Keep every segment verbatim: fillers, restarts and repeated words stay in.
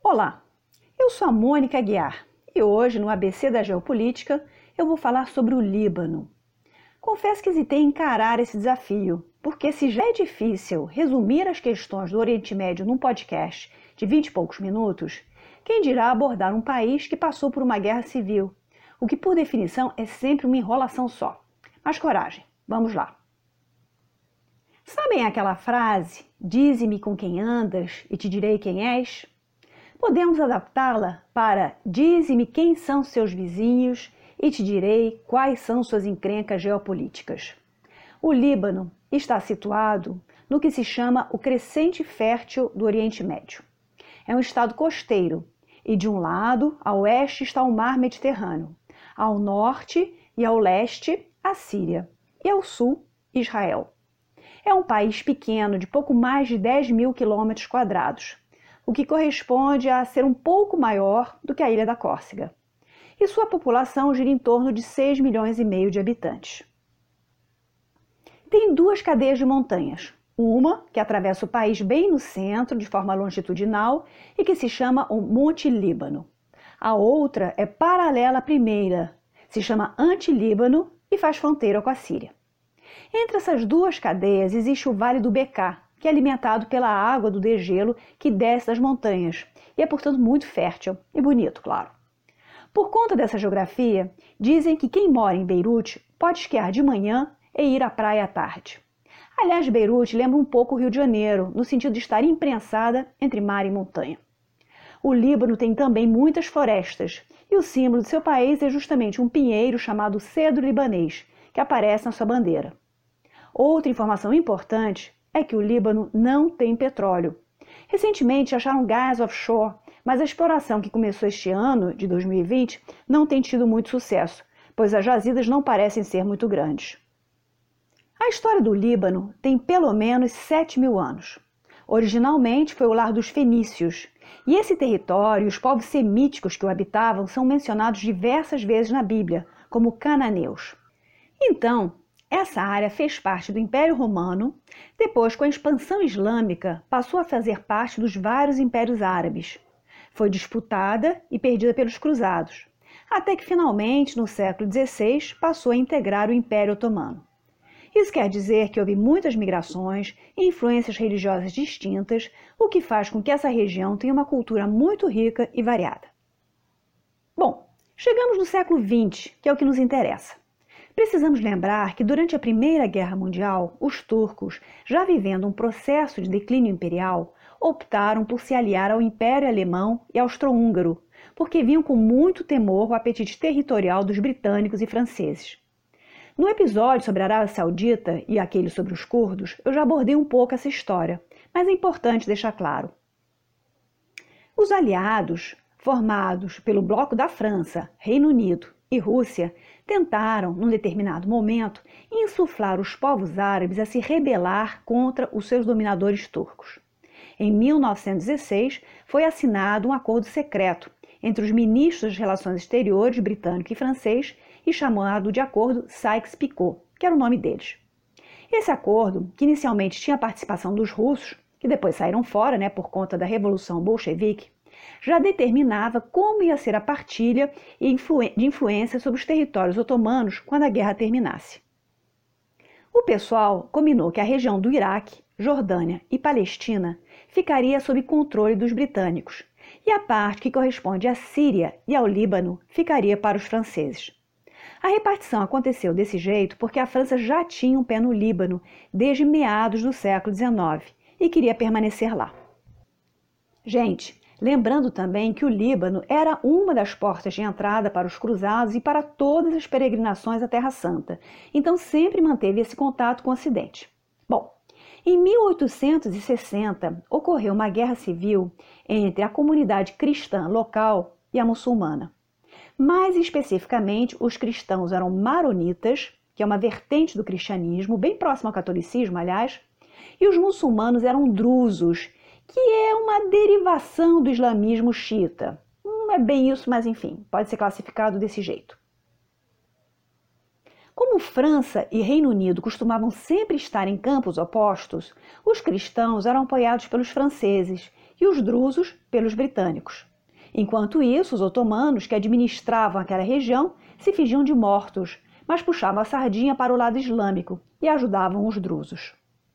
Olá, eu sou a Mônica Aguiar e hoje no A B C da Geopolítica eu vou falar sobre o Líbano. Confesso que hesitei em encarar esse desafio, porque se já é difícil resumir as questões do Oriente Médio num podcast de vinte e poucos minutos, quem dirá abordar um país que passou por uma guerra civil, o que por definição é sempre uma enrolação só. Mas coragem, vamos lá. Sabem aquela frase, dize-me com quem andas e te direi quem és? Podemos adaptá-la para dize-me quem são seus vizinhos e te direi quais são suas encrencas geopolíticas. O Líbano está situado no que se chama o crescente fértil do Oriente Médio. É um estado costeiro e de um lado, a oeste, está o mar Mediterrâneo, ao norte e ao leste, a Síria e ao sul, Israel. É um país pequeno de pouco mais de dez mil quilômetros quadrados, o que corresponde a ser um pouco maior do que a ilha da Córcega. E sua população gira em torno de seis milhões e meio de habitantes. Tem duas cadeias de montanhas, uma que atravessa o país bem no centro, de forma longitudinal, e que se chama o Monte Líbano. A outra é paralela à primeira, se chama Antilíbano e faz fronteira com a Síria. Entre essas duas cadeias existe o Vale do Beká, que é alimentado pela água do degelo que desce das montanhas e é, portanto, muito fértil e bonito, claro. Por conta dessa geografia, dizem que quem mora em Beirute pode esquiar de manhã e ir à praia à tarde. Aliás, Beirute lembra um pouco o Rio de Janeiro, no sentido de estar imprensada entre mar e montanha. O Líbano tem também muitas florestas e o símbolo de seu país é justamente um pinheiro chamado cedro libanês, que aparece na sua bandeira. Outra informação importante é que o Líbano não tem petróleo. Recentemente acharam gás offshore, mas a exploração que começou este ano, de dois mil e vinte, não tem tido muito sucesso, pois as jazidas não parecem ser muito grandes. A história do Líbano tem pelo menos sete mil anos. Originalmente foi o lar dos fenícios, e esse território e os povos semíticos que o habitavam são mencionados diversas vezes na Bíblia, como cananeus. Então, essa área fez parte do Império Romano, depois, com a expansão islâmica, passou a fazer parte dos vários impérios árabes. Foi disputada e perdida pelos cruzados, até que finalmente, no século dezesseis, passou a integrar o Império Otomano. Isso quer dizer que houve muitas migrações e influências religiosas distintas, o que faz com que essa região tenha uma cultura muito rica e variada. Bom, chegamos no século vinte, que é o que nos interessa. Precisamos lembrar que durante a Primeira Guerra Mundial, os turcos, já vivendo um processo de declínio imperial, optaram por se aliar ao Império Alemão e Austro-Húngaro, porque viam com muito temor o apetite territorial dos britânicos e franceses. No episódio sobre a Arábia Saudita e aquele sobre os curdos, eu já abordei um pouco essa história, mas é importante deixar claro. Os aliados, formados pelo bloco da França, Reino Unido e Rússia, tentaram, num determinado momento, insuflar os povos árabes a se rebelar contra os seus dominadores turcos. Em mil novecentos e dezesseis, foi assinado um acordo secreto entre os ministros das Relações Exteriores britânico e francês e chamado de Acordo Sykes-Picot, que era o nome deles. Esse acordo, que inicialmente tinha a participação dos russos, que depois saíram fora, né, por conta da Revolução Bolchevique, já determinava como ia ser a partilha de influência sobre os territórios otomanos quando a guerra terminasse. O pessoal combinou que a região do Iraque, Jordânia e Palestina ficaria sob controle dos britânicos, e a parte que corresponde à Síria e ao Líbano ficaria para os franceses. A repartição aconteceu desse jeito porque a França já tinha um pé no Líbano desde meados do século dezenove e queria permanecer lá. Gente, lembrando também que o Líbano era uma das portas de entrada para os cruzados e para todas as peregrinações à Terra Santa, então sempre manteve esse contato com o Ocidente. Bom, em mil oitocentos e sessenta ocorreu uma guerra civil entre a comunidade cristã local e a muçulmana. Mais especificamente, os cristãos eram maronitas, que é uma vertente do cristianismo, bem próximo ao catolicismo, aliás, e os muçulmanos eram drusos, que é uma derivação do islamismo xiita. Não é bem isso, mas enfim, pode ser classificado desse jeito. Como França e Reino Unido costumavam sempre estar em campos opostos, os cristãos eram apoiados pelos franceses, e os drusos pelos britânicos. Enquanto isso, os otomanos, que administravam aquela região, se fingiam de mortos, mas puxavam a sardinha para o lado islâmico e ajudavam os drusos.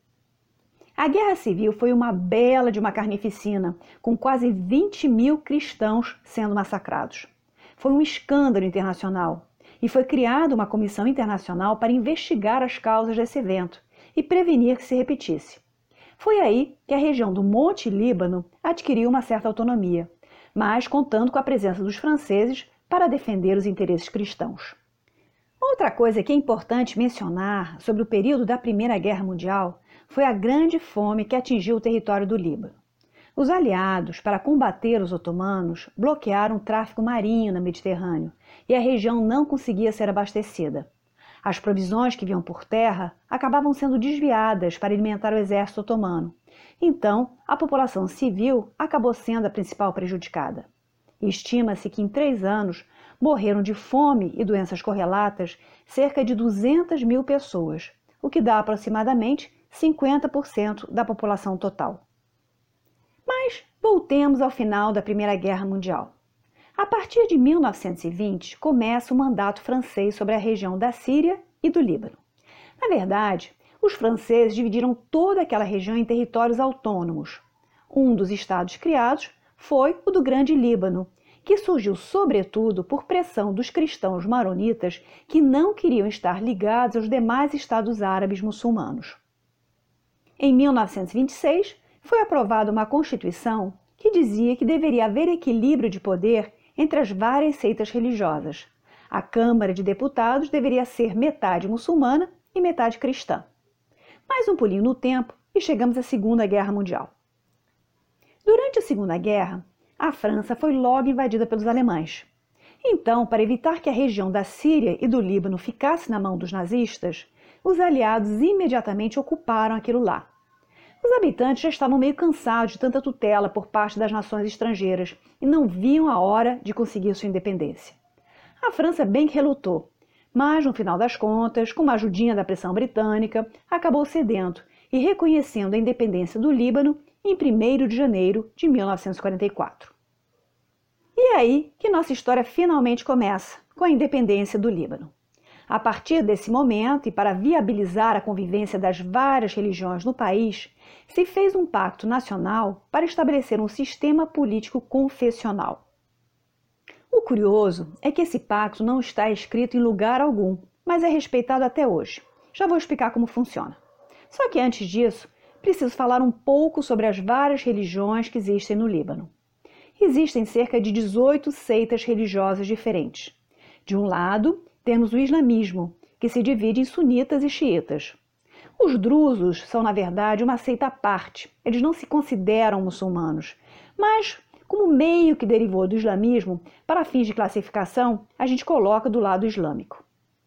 A Guerra Civil foi uma bela de uma carnificina, com quase vinte mil cristãos sendo massacrados. Foi um escândalo internacional e foi criada uma comissão internacional para investigar as causas desse evento e prevenir que se repetisse. Foi aí que a região do Monte Líbano adquiriu uma certa autonomia, mas contando com a presença dos franceses para defender os interesses cristãos. Outra coisa que é importante mencionar sobre o período da Primeira Guerra Mundial foi a grande fome que atingiu o território do Líbano. Os aliados, para combater os otomanos, bloquearam o tráfico marinho no Mediterrâneo e a região não conseguia ser abastecida. As provisões que vinham por terra acabavam sendo desviadas para alimentar o exército otomano. Então, a população civil acabou sendo a principal prejudicada. Estima-se que em três anos morreram de fome e doenças correlatas cerca de duzentas mil pessoas, o que dá aproximadamente cinquenta por cento da população total. Mas voltemos ao final da Primeira Guerra Mundial. A partir de mil novecentos e vinte, começa o mandato francês sobre a região da Síria e do Líbano. Na verdade, os franceses dividiram toda aquela região em territórios autônomos. Um dos estados criados foi o do Grande Líbano, que surgiu sobretudo por pressão dos cristãos maronitas que não queriam estar ligados aos demais estados árabes muçulmanos. Em mil novecentos e vinte e seis, foi aprovada uma Constituição que dizia que deveria haver equilíbrio de poder entre as várias seitas religiosas. A Câmara de Deputados deveria ser metade muçulmana e metade cristã. Mais um pulinho no tempo e chegamos à Segunda Guerra Mundial. Durante a Segunda Guerra, a França foi logo invadida pelos alemães. Então, para evitar que a região da Síria e do Líbano ficasse na mão dos nazistas, os aliados imediatamente ocuparam aquilo lá. Os habitantes já estavam meio cansados de tanta tutela por parte das nações estrangeiras e não viam a hora de conseguir sua independência. A França bem que relutou, mas no final das contas, com uma ajudinha da pressão britânica, acabou cedendo e reconhecendo a independência do Líbano em primeiro de janeiro de mil novecentos e quarenta e quatro. E é aí que nossa história finalmente começa, com a independência do Líbano. A partir desse momento, e para viabilizar a convivência das várias religiões no país, se fez um pacto nacional para estabelecer um sistema político confessional. O curioso é que esse pacto não está escrito em lugar algum, mas é respeitado até hoje. Já vou explicar como funciona. Só que antes disso, preciso falar um pouco sobre as várias religiões que existem no Líbano. Existem cerca de dezoito seitas religiosas diferentes. De um lado, temos o islamismo, que se divide em sunitas e xiitas. Os drusos são, na verdade, uma seita à parte. Eles não se consideram muçulmanos, mas, como meio que derivou do islamismo, para fins de classificação, a gente coloca do lado islâmico.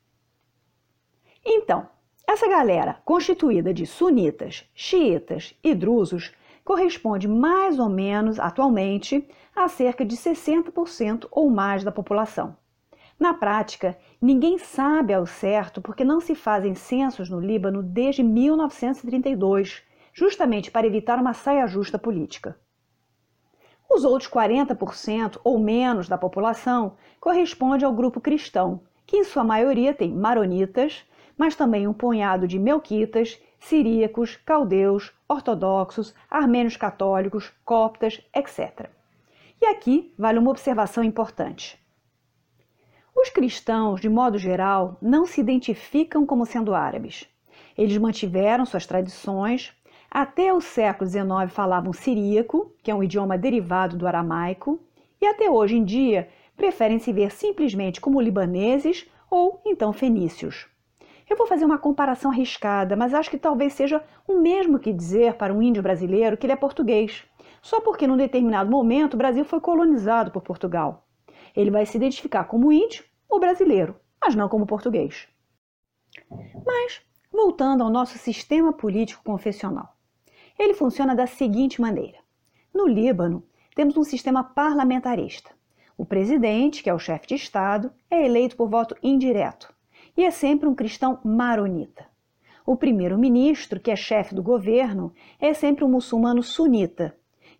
Então, essa galera, constituída de sunitas, xiitas e drusos, corresponde mais ou menos, atualmente, a cerca de sessenta por cento ou mais da população. Na prática, ninguém sabe ao certo porque não se fazem censos no Líbano desde mil novecentos e trinta e dois, justamente para evitar uma saia justa política. Os outros quarenta por cento ou menos da população corresponde ao grupo cristão, que em sua maioria tem maronitas, mas também um punhado de melquitas, siríacos, caldeus, ortodoxos, armênios católicos, coptas, etcétera. E aqui vale uma observação importante. Os cristãos, de modo geral, não se identificam como sendo árabes. Eles mantiveram suas tradições. Até o século dezenove falavam siríaco, que é um idioma derivado do aramaico, e até hoje em dia preferem se ver simplesmente como libaneses ou então fenícios. Eu vou fazer uma comparação arriscada, mas acho que talvez seja o mesmo que dizer para um índio brasileiro que ele é português, só porque num determinado momento o Brasil foi colonizado por Portugal. Ele vai se identificar como índio ou brasileiro, mas não como português. Mas, voltando ao nosso sistema político confessional, ele funciona da seguinte maneira. No Líbano, temos um sistema parlamentarista. O presidente, que é o chefe de Estado, é eleito por voto indireto e é sempre um cristão maronita. O primeiro-ministro, que é chefe do governo, é sempre um muçulmano sunita.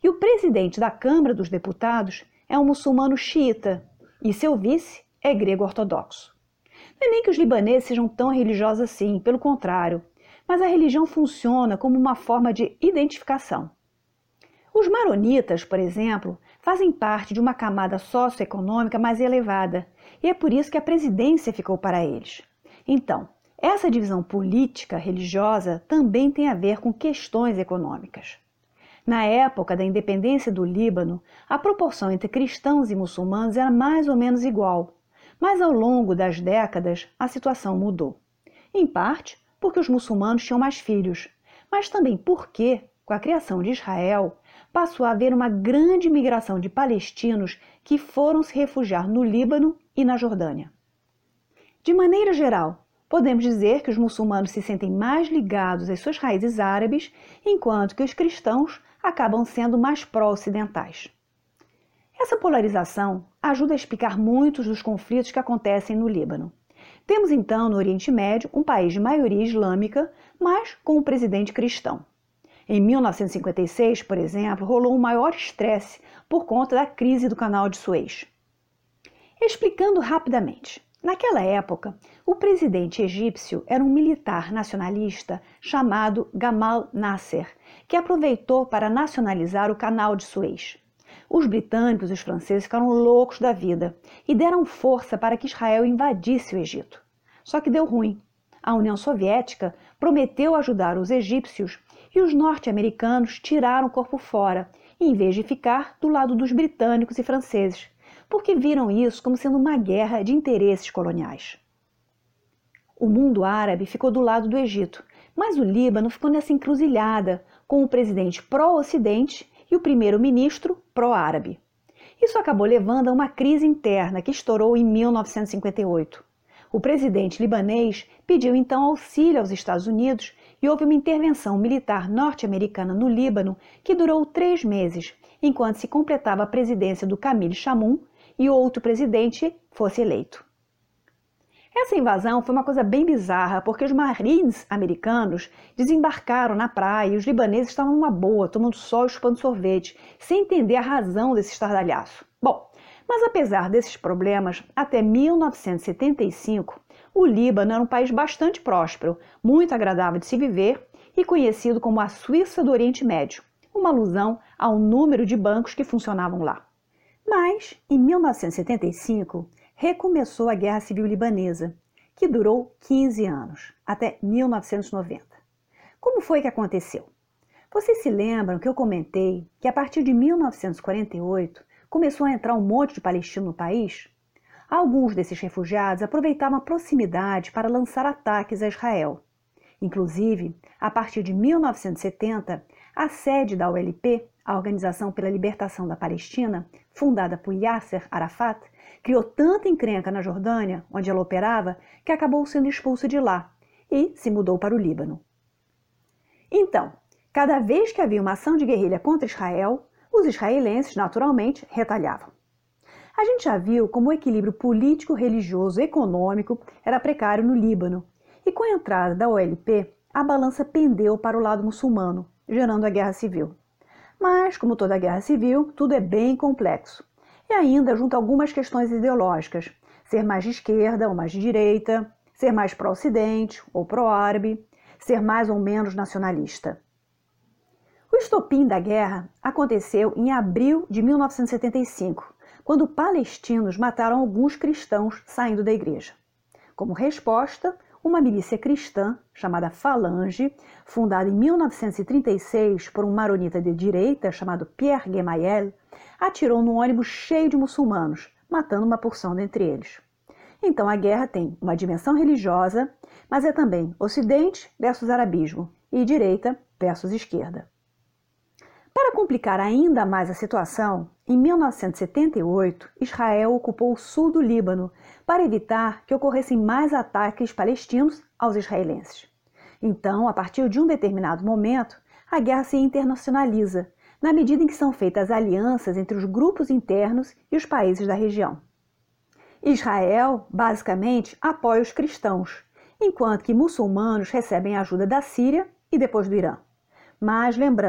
E o presidente da Câmara dos Deputados é um muçulmano xiita e seu vice é grego ortodoxo. Não é nem que os libaneses sejam tão religiosos assim, pelo contrário, mas a religião funciona como uma forma de identificação. Os maronitas, por exemplo, fazem parte de uma camada socioeconômica mais elevada, e é por isso que a presidência ficou para eles. Então, essa divisão política religiosa também tem a ver com questões econômicas. Na época da independência do Líbano, a proporção entre cristãos e muçulmanos era mais ou menos igual, mas ao longo das décadas a situação mudou. Em parte porque os muçulmanos tinham mais filhos, mas também porque, com a criação de Israel, passou a haver uma grande migração de palestinos que foram se refugiar no Líbano e na Jordânia. De maneira geral, podemos dizer que os muçulmanos se sentem mais ligados às suas raízes árabes, enquanto que os cristãos acabam sendo mais pró-ocidentais. Essa polarização ajuda a explicar muitos dos conflitos que acontecem no Líbano. Temos então no Oriente Médio um país de maioria islâmica, mas com um presidente cristão. Em mil novecentos e cinquenta e seis, por exemplo, rolou um maior estresse por conta da crise do Canal de Suez. Explicando rapidamente, naquela época, o presidente egípcio era um militar nacionalista chamado Gamal Nasser, que aproveitou para nacionalizar o Canal de Suez. Os britânicos e os franceses ficaram loucos da vida e deram força para que Israel invadisse o Egito. Só que deu ruim. A União Soviética prometeu ajudar os egípcios e os norte-americanos tiraram o corpo fora, em vez de ficar do lado dos britânicos e franceses, porque viram isso como sendo uma guerra de interesses coloniais. O mundo árabe ficou do lado do Egito, mas o Líbano ficou nessa encruzilhada, com o presidente pró-ocidente e o primeiro-ministro pró-árabe. Isso acabou levando a uma crise interna que estourou em mil novecentos e cinquenta e oito. O presidente libanês pediu então auxílio aos Estados Unidos e houve uma intervenção militar norte-americana no Líbano que durou três meses, enquanto se completava a presidência do Camille Chamoun e outro presidente fosse eleito. Essa invasão foi uma coisa bem bizarra, porque os marines americanos desembarcaram na praia e os libaneses estavam numa boa, tomando sol e chupando sorvete, sem entender a razão desse estardalhaço. Bom, mas apesar desses problemas, até mil novecentos e setenta e cinco, o Líbano era um país bastante próspero, muito agradável de se viver e conhecido como a Suíça do Oriente Médio, uma alusão ao número de bancos que funcionavam lá. Mas, em mil novecentos e setenta e cinco, recomeçou a Guerra Civil Libanesa, que durou quinze anos, até mil novecentos e noventa. Como foi que aconteceu? Vocês se lembram que eu comentei que a partir de mil novecentos e quarenta e oito começou a entrar um monte de palestinos no país? Alguns desses refugiados aproveitavam a proximidade para lançar ataques a Israel. Inclusive, a partir de mil novecentos e setenta, a sede da O L P, a Organização pela Libertação da Palestina, fundada por Yasser Arafat, criou tanta encrenca na Jordânia, onde ela operava, que acabou sendo expulsa de lá e se mudou para o Líbano. Então, cada vez que havia uma ação de guerrilha contra Israel, os israelenses, naturalmente, retalhavam. A gente já viu como o equilíbrio político, religioso e econômico era precário no Líbano, e com a entrada da O L P, a balança pendeu para o lado muçulmano, gerando a guerra civil. Mas, como toda guerra civil, tudo é bem complexo. E ainda junto a algumas questões ideológicas, ser mais de esquerda ou mais de direita, ser mais pró-ocidente ou pró-árabe, ser mais ou menos nacionalista. O estopim da guerra aconteceu em abril de mil novecentos e setenta e cinco, quando palestinos mataram alguns cristãos saindo da igreja. Como resposta, uma milícia cristã, chamada Falange, fundada em mil novecentos e trinta e seis por um maronita de direita chamado Pierre Gemayel, atirou num ônibus cheio de muçulmanos, matando uma porção dentre eles. Então a guerra tem uma dimensão religiosa, mas é também Ocidente versus Arabismo e direita versus esquerda. Para complicar ainda mais a situação, em mil novecentos e setenta e oito, Israel ocupou o sul do Líbano para evitar que ocorressem mais ataques palestinos aos israelenses. Então, a partir de um determinado momento, a guerra se internacionaliza, na medida em que são feitas alianças entre os grupos internos e os países da região. Israel, basicamente, apoia os cristãos, enquanto que muçulmanos recebem ajuda da Síria e depois do Irã. Mas lembrando,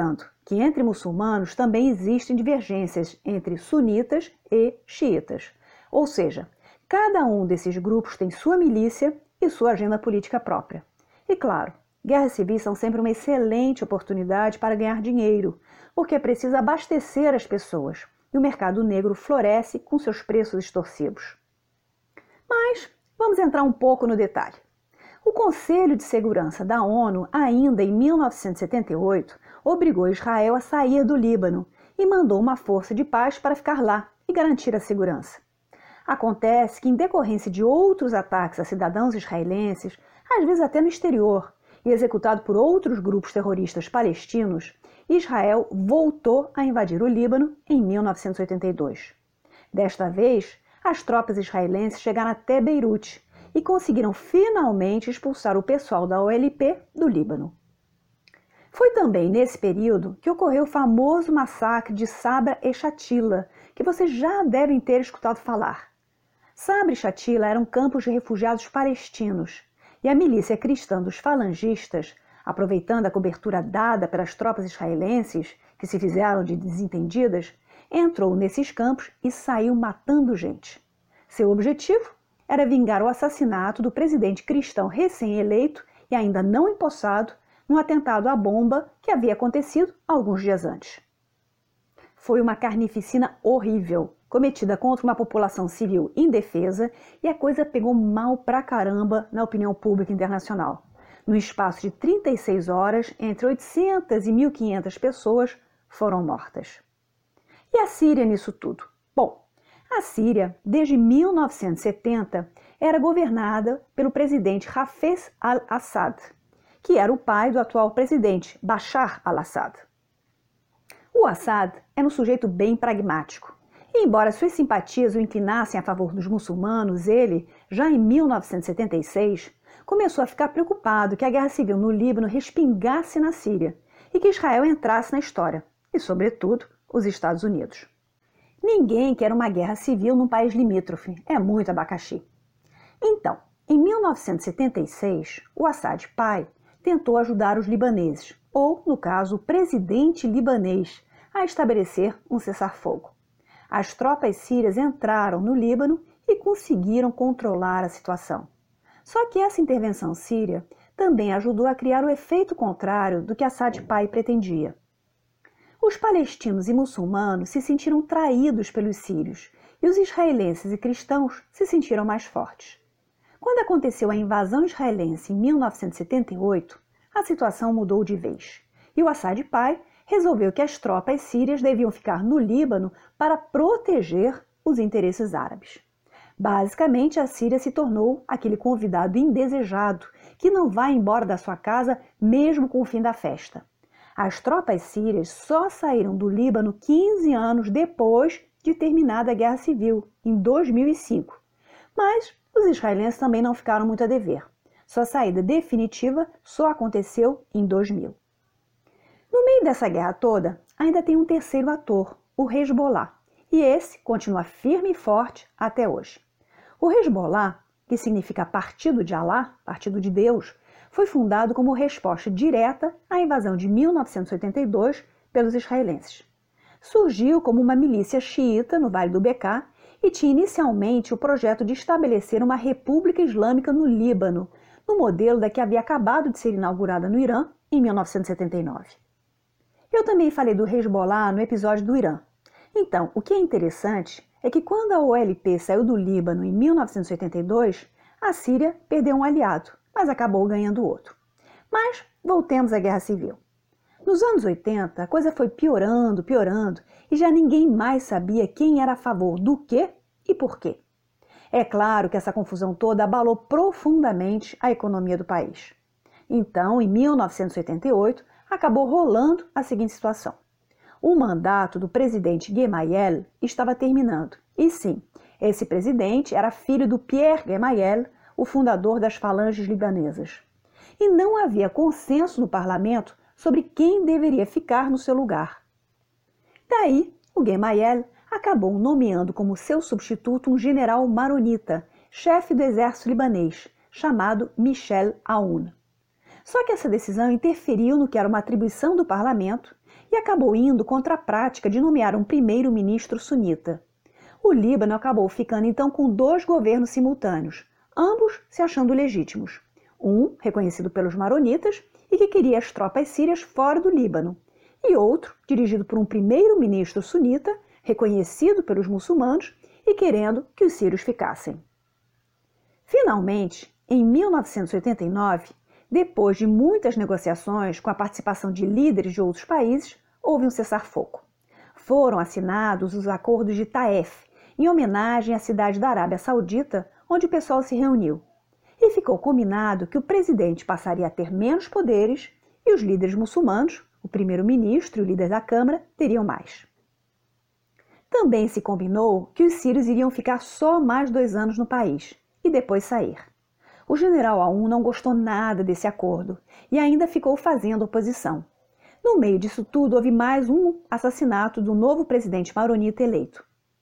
que entre muçulmanos também existem divergências entre sunitas e xiitas. Ou seja, cada um desses grupos tem sua milícia e sua agenda política própria. E claro, guerras civis são sempre uma excelente oportunidade para ganhar dinheiro, porque é preciso abastecer as pessoas, e o mercado negro floresce com seus preços extorsivos. Mas vamos entrar um pouco no detalhe. O Conselho de Segurança da ONU, ainda em mil novecentos e setenta e oito, obrigou Israel a sair do Líbano e mandou uma força de paz para ficar lá e garantir a segurança. Acontece que, em decorrência de outros ataques a cidadãos israelenses, às vezes até no exterior, e executado por outros grupos terroristas palestinos, Israel voltou a invadir o Líbano em mil novecentos e oitenta e dois. Desta vez, as tropas israelenses chegaram até Beirute e conseguiram finalmente expulsar o pessoal da O L P do Líbano. Foi também nesse período que ocorreu o famoso massacre de Sabra e Shatila, que vocês já devem ter escutado falar. Sabra e Shatila eram campos de refugiados palestinos, e a milícia cristã dos falangistas, aproveitando a cobertura dada pelas tropas israelenses, que se fizeram de desentendidas, entrou nesses campos e saiu matando gente. Seu objetivo era vingar o assassinato do presidente cristão recém-eleito e ainda não empossado num atentado à bomba que havia acontecido alguns dias antes. Foi uma carnificina horrível, cometida contra uma população civil indefesa, e a coisa pegou mal pra caramba na opinião pública internacional. No espaço de trinta e seis horas, entre oitocentas e mil e quinhentas pessoas foram mortas. E a Síria nisso tudo? Bom, a Síria, desde mil novecentos e setenta, era governada pelo presidente Hafez al-Assad, que era o pai do atual presidente Bashar al-Assad. O Assad era um sujeito bem pragmático, e embora suas simpatias o inclinassem a favor dos muçulmanos, ele, já em mil novecentos e setenta e seis, começou a ficar preocupado que a guerra civil no Líbano respingasse na Síria e que Israel entrasse na história, e, sobretudo, os Estados Unidos. Ninguém quer uma guerra civil num país limítrofe, é muito abacaxi. Então, em mil novecentos e setenta e seis, o Assad pai tentou ajudar os libaneses, ou, no caso, o presidente libanês, a estabelecer um cessar-fogo. As tropas sírias entraram no Líbano e conseguiram controlar a situação. Só que essa intervenção síria também ajudou a criar o efeito contrário do que Assad pai pretendia. Os palestinos e muçulmanos se sentiram traídos pelos sírios e os israelenses e cristãos se sentiram mais fortes. Quando aconteceu a invasão israelense em mil novecentos e setenta e oito, a situação mudou de vez e o Assad pai resolveu que as tropas sírias deviam ficar no Líbano para proteger os interesses árabes. Basicamente, a Síria se tornou aquele convidado indesejado que não vai embora da sua casa mesmo com o fim da festa. As tropas sírias só saíram do Líbano quinze anos depois de terminada a Guerra Civil, em dois mil e cinco. Mas os israelenses também não ficaram muito a dever. Sua saída definitiva só aconteceu em dois mil. No meio dessa guerra toda, ainda tem um terceiro ator, o Hezbollah, e esse continua firme e forte até hoje. O Hezbollah, que significa Partido de Alá, Partido de Deus, foi fundado como resposta direta à invasão de mil novecentos e oitenta e dois pelos israelenses. Surgiu como uma milícia xiita no Vale do Beqá e tinha inicialmente o projeto de estabelecer uma república islâmica no Líbano, no modelo da que havia acabado de ser inaugurada no Irã em mil novecentos e setenta e nove. Eu também falei do Hezbollah no episódio do Irã. Então, o que é interessante é que quando a O L P saiu do Líbano em mil novecentos e oitenta e dois, a Síria perdeu um aliado, mas acabou ganhando outro. Mas voltemos à Guerra Civil. Nos anos oitenta, a coisa foi piorando, piorando, e já ninguém mais sabia quem era a favor do quê e por quê. É claro que essa confusão toda abalou profundamente a economia do país. Então, em mil novecentos e oitenta e oito, acabou rolando a seguinte situação. O mandato do presidente Gemayel estava terminando. E sim, esse presidente era filho do Pierre Gemayel, o fundador das falanges libanesas. E não havia consenso no parlamento sobre quem deveria ficar no seu lugar. Daí, o Gemayel acabou nomeando como seu substituto um general maronita, chefe do exército libanês, chamado Michel Aoun. Só que essa decisão interferiu no que era uma atribuição do parlamento e acabou indo contra a prática de nomear um primeiro-ministro sunita. O Líbano acabou ficando então com dois governos simultâneos, ambos se achando legítimos. Um, reconhecido pelos maronitas, e que queria as tropas sírias fora do Líbano, e outro, dirigido por um primeiro-ministro sunita, reconhecido pelos muçulmanos e querendo que os sírios ficassem. Finalmente, em mil novecentos e oitenta e nove, depois de muitas negociações com a participação de líderes de outros países, houve um cessar-fogo. Foram assinados os acordos de Taif, em homenagem à cidade da Arábia Saudita, onde o pessoal se reuniu. E ficou combinado que o presidente passaria a ter menos poderes e os líderes muçulmanos, o primeiro-ministro e o líder da Câmara, teriam mais. Também se combinou que os sírios iriam ficar só mais dois anos no país e depois sair. O general Aoun não gostou nada desse acordo e ainda ficou fazendo oposição. No meio disso tudo, houve mais um assassinato do novo presidente maronita eleito.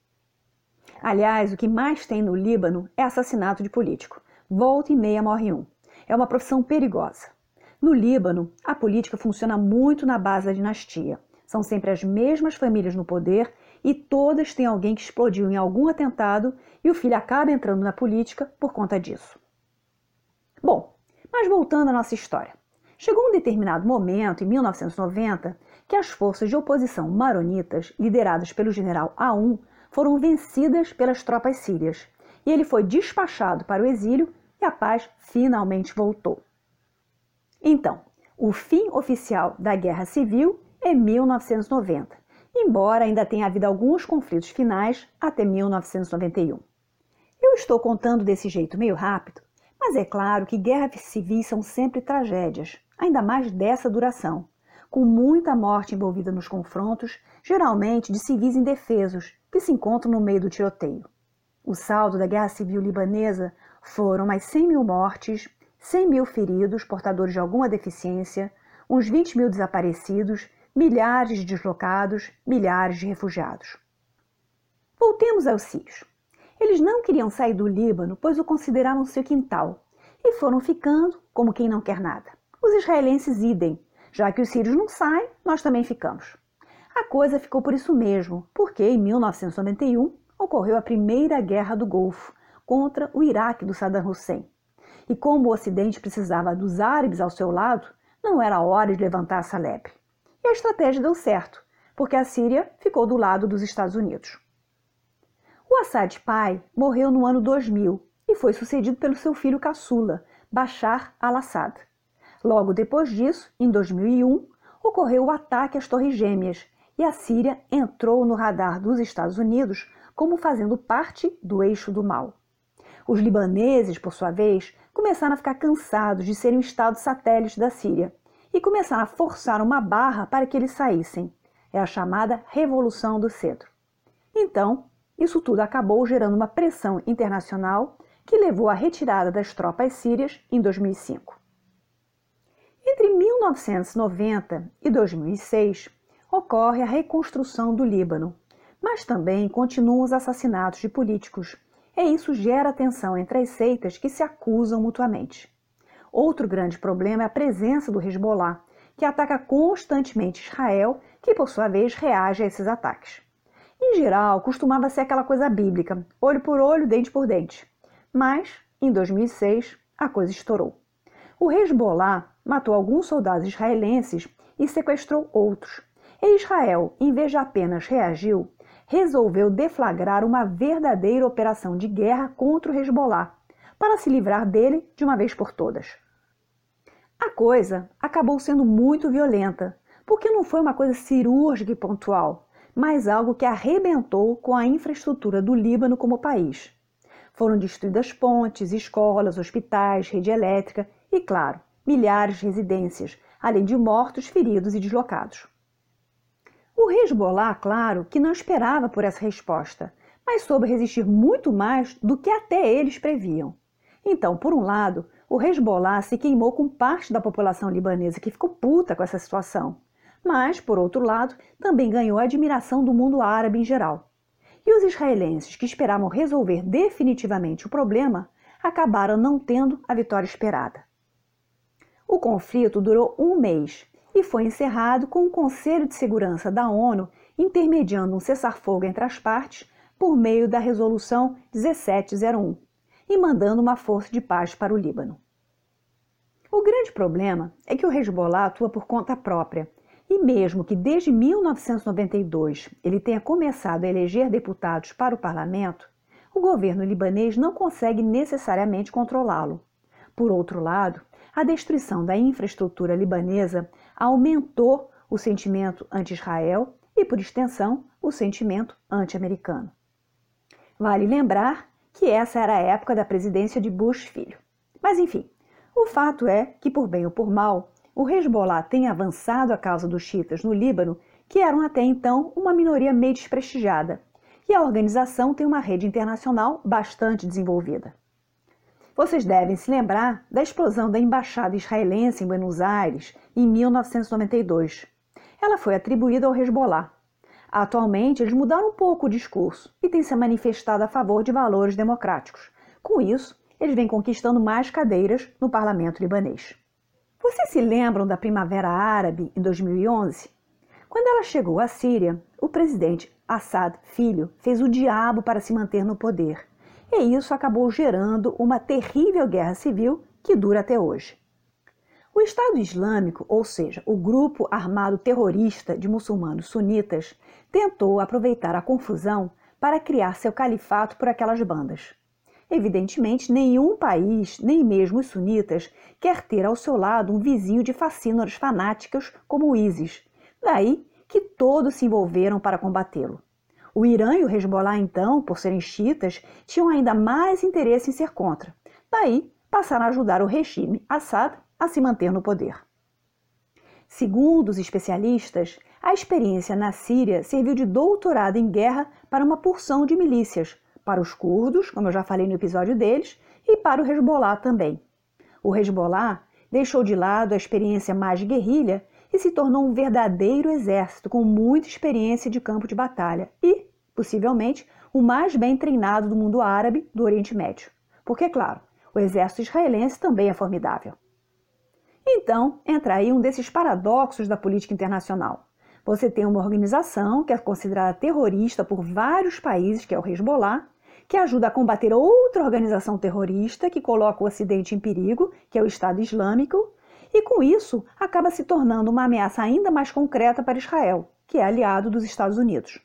Aliás, o que mais tem no Líbano é assassinato de político. Volta e meia morre um. É uma profissão perigosa. No Líbano, a política funciona muito na base da dinastia. São sempre as mesmas famílias no poder e todas têm alguém que explodiu em algum atentado e o filho acaba entrando na política por conta disso. Bom, mas voltando à nossa história. Chegou um determinado momento, em mil novecentos e noventa, que as forças de oposição maronitas, lideradas pelo general Aoun, foram vencidas pelas tropas sírias, e ele foi despachado para o exílio e a paz finalmente voltou. Então, o fim oficial da Guerra Civil é mil novecentos e noventa, embora ainda tenha havido alguns conflitos finais até mil novecentos e noventa e um. Eu estou contando desse jeito meio rápido, mas é claro que guerras civis são sempre tragédias, ainda mais dessa duração, com muita morte envolvida nos confrontos, geralmente de civis indefesos, que se encontram no meio do tiroteio. O saldo da Guerra Civil Libanesa foram mais cem mil mortes, cem mil feridos portadores de alguma deficiência, uns vinte mil desaparecidos, milhares de deslocados, milhares de refugiados. Voltemos aos sírios. Eles não queriam sair do Líbano, pois o consideravam seu quintal, e foram ficando como quem não quer nada. Os israelenses idem, já que os sírios não saem, nós também ficamos. A coisa ficou por isso mesmo, porque em mil novecentos e noventa e um ocorreu a Primeira Guerra do Golfo contra o Iraque do Saddam Hussein. E como o Ocidente precisava dos árabes ao seu lado, não era hora de levantar essa lebre. E a estratégia deu certo, porque a Síria ficou do lado dos Estados Unidos. O Assad pai morreu no ano dois mil e foi sucedido pelo seu filho caçula, Bashar al-Assad. Logo depois disso, em dois mil e um, ocorreu o ataque às Torres Gêmeas e a Síria entrou no radar dos Estados Unidos como fazendo parte do eixo do mal. Os libaneses, por sua vez, começaram a ficar cansados de serem um estado satélite da Síria e começaram a forçar uma barra para que eles saíssem. É a chamada Revolução do Cedro. Então, isso tudo acabou gerando uma pressão internacional que levou à retirada das tropas sírias em dois mil e cinco. Entre mil novecentos e noventa e dois mil e seis, ocorre a reconstrução do Líbano, mas também continuam os assassinatos de políticos, e isso gera tensão entre as seitas que se acusam mutuamente. Outro grande problema é a presença do Hezbollah, que ataca constantemente Israel, que por sua vez reage a esses ataques. Em geral, costumava ser aquela coisa bíblica, olho por olho, dente por dente. Mas, em dois mil e seis, a coisa estourou. O Hezbollah matou alguns soldados israelenses e sequestrou outros. E Israel, em vez de apenas reagir, resolveu deflagrar uma verdadeira operação de guerra contra o Hezbollah, para se livrar dele de uma vez por todas. A coisa acabou sendo muito violenta, porque não foi uma coisa cirúrgica e pontual, mas algo que arrebentou com a infraestrutura do Líbano como país. Foram destruídas pontes, escolas, hospitais, rede elétrica e, claro, milhares de residências, além de mortos, feridos e deslocados. O Hezbollah, claro, que não esperava por essa resposta, mas soube resistir muito mais do que até eles previam. Então, por um lado, o Hezbollah se queimou com parte da população libanesa que ficou puta com essa situação, mas, por outro lado, também ganhou a admiração do mundo árabe em geral. E os israelenses, que esperavam resolver definitivamente o problema, acabaram não tendo a vitória esperada. O conflito durou um mês e foi encerrado com o Conselho de Segurança da ONU intermediando um cessar-fogo entre as partes por meio da Resolução dezessete zero um e mandando uma força de paz para o Líbano. O grande problema é que o Hezbollah atua por conta própria, e mesmo que desde mil novecentos e noventa e dois ele tenha começado a eleger deputados para o parlamento, o governo libanês não consegue necessariamente controlá-lo. Por outro lado, a destruição da infraestrutura libanesa aumentou o sentimento anti-Israel e, por extensão, o sentimento anti-americano. Vale lembrar que essa era a época da presidência de Bush filho. Mas enfim, o fato é que, por bem ou por mal, o Hezbollah tem avançado a causa dos xiitas no Líbano, que eram até então uma minoria meio desprestigiada, e a organização tem uma rede internacional bastante desenvolvida. Vocês devem se lembrar da explosão da embaixada israelense em Buenos Aires em mil novecentos e noventa e dois. Ela foi atribuída ao Hezbollah. Atualmente, eles mudaram um pouco o discurso e têm se manifestado a favor de valores democráticos. Com isso, eles vêm conquistando mais cadeiras no parlamento libanês. Vocês se lembram da Primavera Árabe em dois mil e onze? Quando ela chegou à Síria, o presidente Assad filho fez o diabo para se manter no poder. E isso acabou gerando uma terrível guerra civil que dura até hoje. O Estado Islâmico, ou seja, o grupo armado terrorista de muçulmanos sunitas, tentou aproveitar a confusão para criar seu califato por aquelas bandas. Evidentemente, nenhum país, nem mesmo os sunitas, quer ter ao seu lado um vizinho de fascínoras fanáticas como o ISIS. Daí que todos se envolveram para combatê-lo. O Irã e o Hezbollah, então, por serem xiitas, tinham ainda mais interesse em ser contra. Daí, passaram a ajudar o regime Assad a se manter no poder. Segundo os especialistas, a experiência na Síria serviu de doutorado em guerra para uma porção de milícias, para os curdos, como eu já falei no episódio deles, e para o Hezbollah também. O Hezbollah deixou de lado a experiência mais guerrilha e se tornou um verdadeiro exército com muita experiência de campo de batalha e, possivelmente, o mais bem treinado do mundo árabe do Oriente Médio. Porque, claro, o exército israelense também é formidável. Então, entra aí um desses paradoxos da política internacional. Você tem uma organização que é considerada terrorista por vários países, que é o Hezbollah, que ajuda a combater outra organização terrorista que coloca o Ocidente em perigo, que é o Estado Islâmico, e com isso acaba se tornando uma ameaça ainda mais concreta para Israel, que é aliado dos Estados Unidos.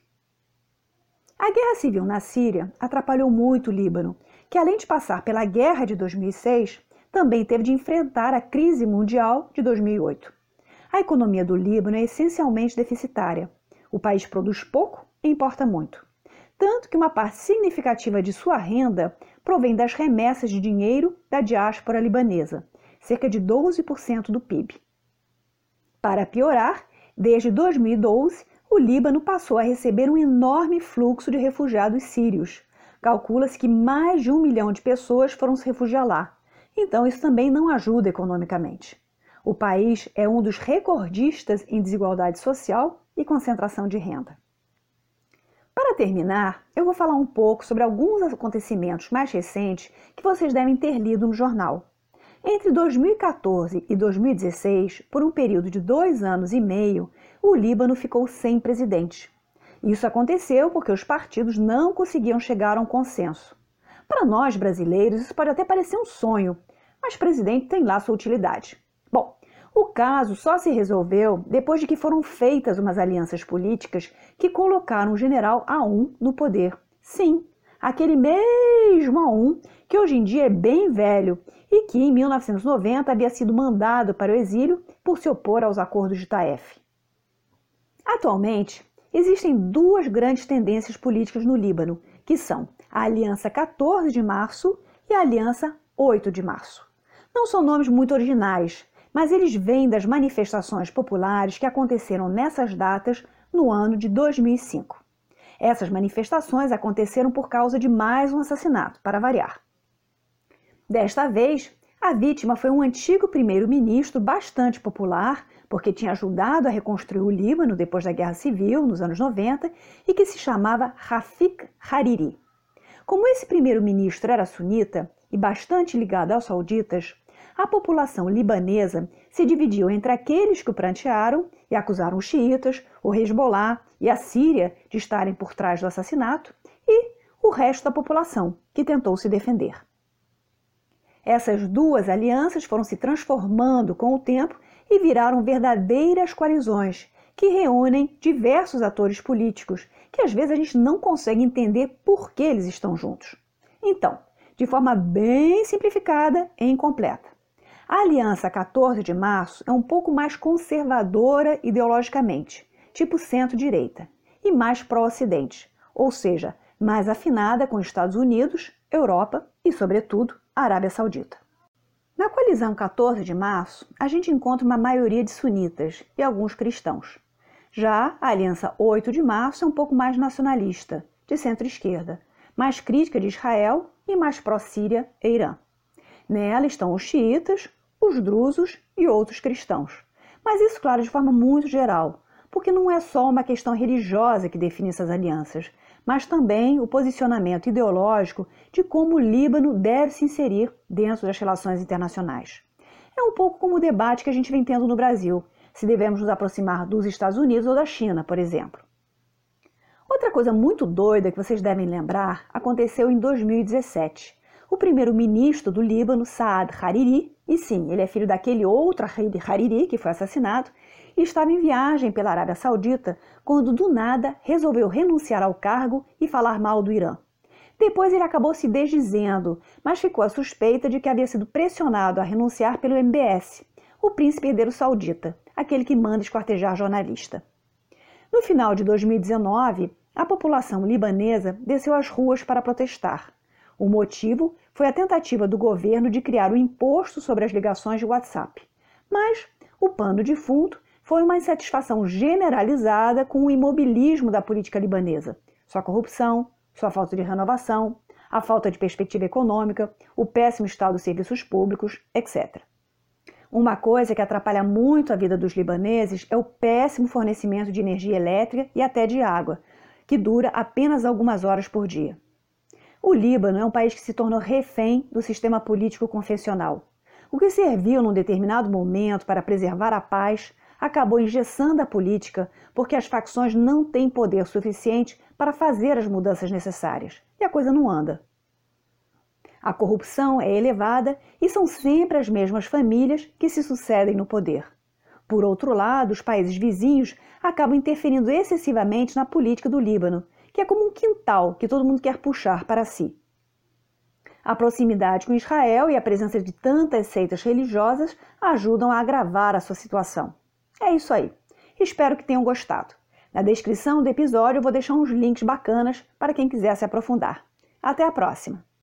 A guerra civil na Síria atrapalhou muito o Líbano, que além de passar pela guerra de dois mil e seis, também teve de enfrentar a crise mundial de dois mil e oito. A economia do Líbano é essencialmente deficitária. O país produz pouco e importa muito. Tanto que uma parte significativa de sua renda provém das remessas de dinheiro da diáspora libanesa, cerca de doze por cento do P I B. Para piorar, desde dois mil e doze, o Líbano passou a receber um enorme fluxo de refugiados sírios. Calcula-se que mais de um milhão de pessoas foram se refugiar lá. Então isso também não ajuda economicamente. O país é um dos recordistas em desigualdade social e concentração de renda. Para terminar, eu vou falar um pouco sobre alguns acontecimentos mais recentes que vocês devem ter lido no jornal. Entre dois mil e quatorze e dois mil e dezesseis, por um período de dois anos e meio, o Líbano ficou sem presidente. Isso aconteceu porque os partidos não conseguiam chegar a um consenso. Para nós brasileiros, isso pode até parecer um sonho, mas presidente tem lá sua utilidade. Bom, o caso só se resolveu depois de que foram feitas umas alianças políticas que colocaram o general Aoun no poder. Sim, aquele mesmo Aoun que hoje em dia é bem velho e que em mil novecentos e noventa havia sido mandado para o exílio por se opor aos acordos de Taif. Atualmente, existem duas grandes tendências políticas no Líbano, que são a Aliança quatorze de março e a Aliança oito de março. Não são nomes muito originais, mas eles vêm das manifestações populares que aconteceram nessas datas no ano de dois mil e cinco. Essas manifestações aconteceram por causa de mais um assassinato, para variar. Desta vez, a vítima foi um antigo primeiro-ministro bastante popular, porque tinha ajudado a reconstruir o Líbano depois da Guerra Civil, nos anos noventa, e que se chamava Rafik Hariri. Como esse primeiro-ministro era sunita e bastante ligado aos sauditas, a população libanesa se dividiu entre aqueles que o prantearam e acusaram os xiitas, o Hezbollah e a Síria de estarem por trás do assassinato, e o resto da população, que tentou se defender. Essas duas alianças foram se transformando com o tempo e viraram verdadeiras coalizões, que reúnem diversos atores políticos, que às vezes a gente não consegue entender por que eles estão juntos. Então, de forma bem simplificada e incompleta, a Aliança quatorze de março é um pouco mais conservadora ideologicamente, tipo centro-direita, e mais pró-ocidente, ou seja, mais afinada com Estados Unidos, Europa e, sobretudo, a Arábia Saudita. Na coalizão quatorze de março, a gente encontra uma maioria de sunitas e alguns cristãos. Já a Aliança oito de março é um pouco mais nacionalista, de centro-esquerda, mais crítica de Israel e mais pró-Síria e Irã. Nela estão os xiitas, os drusos e outros cristãos. Mas isso, claro, de forma muito geral, porque não é só uma questão religiosa que define essas alianças, mas também o posicionamento ideológico de como o Líbano deve se inserir dentro das relações internacionais. É um pouco como o debate que a gente vem tendo no Brasil, se devemos nos aproximar dos Estados Unidos ou da China, por exemplo. Outra coisa muito doida que vocês devem lembrar aconteceu em dois mil e dezessete. O primeiro-ministro do Líbano, Saad Hariri, e sim, ele é filho daquele outro Hariri que foi assassinado, e estava em viagem pela Arábia Saudita quando, do nada, resolveu renunciar ao cargo e falar mal do Irã. Depois ele acabou se desdizendo, mas ficou a suspeita de que havia sido pressionado a renunciar pelo M B S, o príncipe herdeiro saudita, aquele que manda esquartejar jornalista. No final de dois mil e dezenove, a população libanesa desceu às ruas para protestar. O motivo foi a tentativa do governo de criar o imposto sobre as ligações de WhatsApp. Mas o pano de fundo foi uma insatisfação generalizada com o imobilismo da política libanesa, sua corrupção, sua falta de renovação, a falta de perspectiva econômica, o péssimo estado dos serviços públicos, etcétera. Uma coisa que atrapalha muito a vida dos libaneses é o péssimo fornecimento de energia elétrica e até de água, que dura apenas algumas horas por dia. O Líbano é um país que se tornou refém do sistema político confessional. O que serviu num determinado momento para preservar a paz acabou engessando a política porque as facções não têm poder suficiente para fazer as mudanças necessárias e a coisa não anda. A corrupção é elevada e são sempre as mesmas famílias que se sucedem no poder. Por outro lado, os países vizinhos acabam interferindo excessivamente na política do Líbano, que é como um quintal que todo mundo quer puxar para si. A proximidade com Israel e a presença de tantas seitas religiosas ajudam a agravar a sua situação. É isso aí. Espero que tenham gostado. Na descrição do episódio eu vou deixar uns links bacanas para quem quiser se aprofundar. Até a próxima!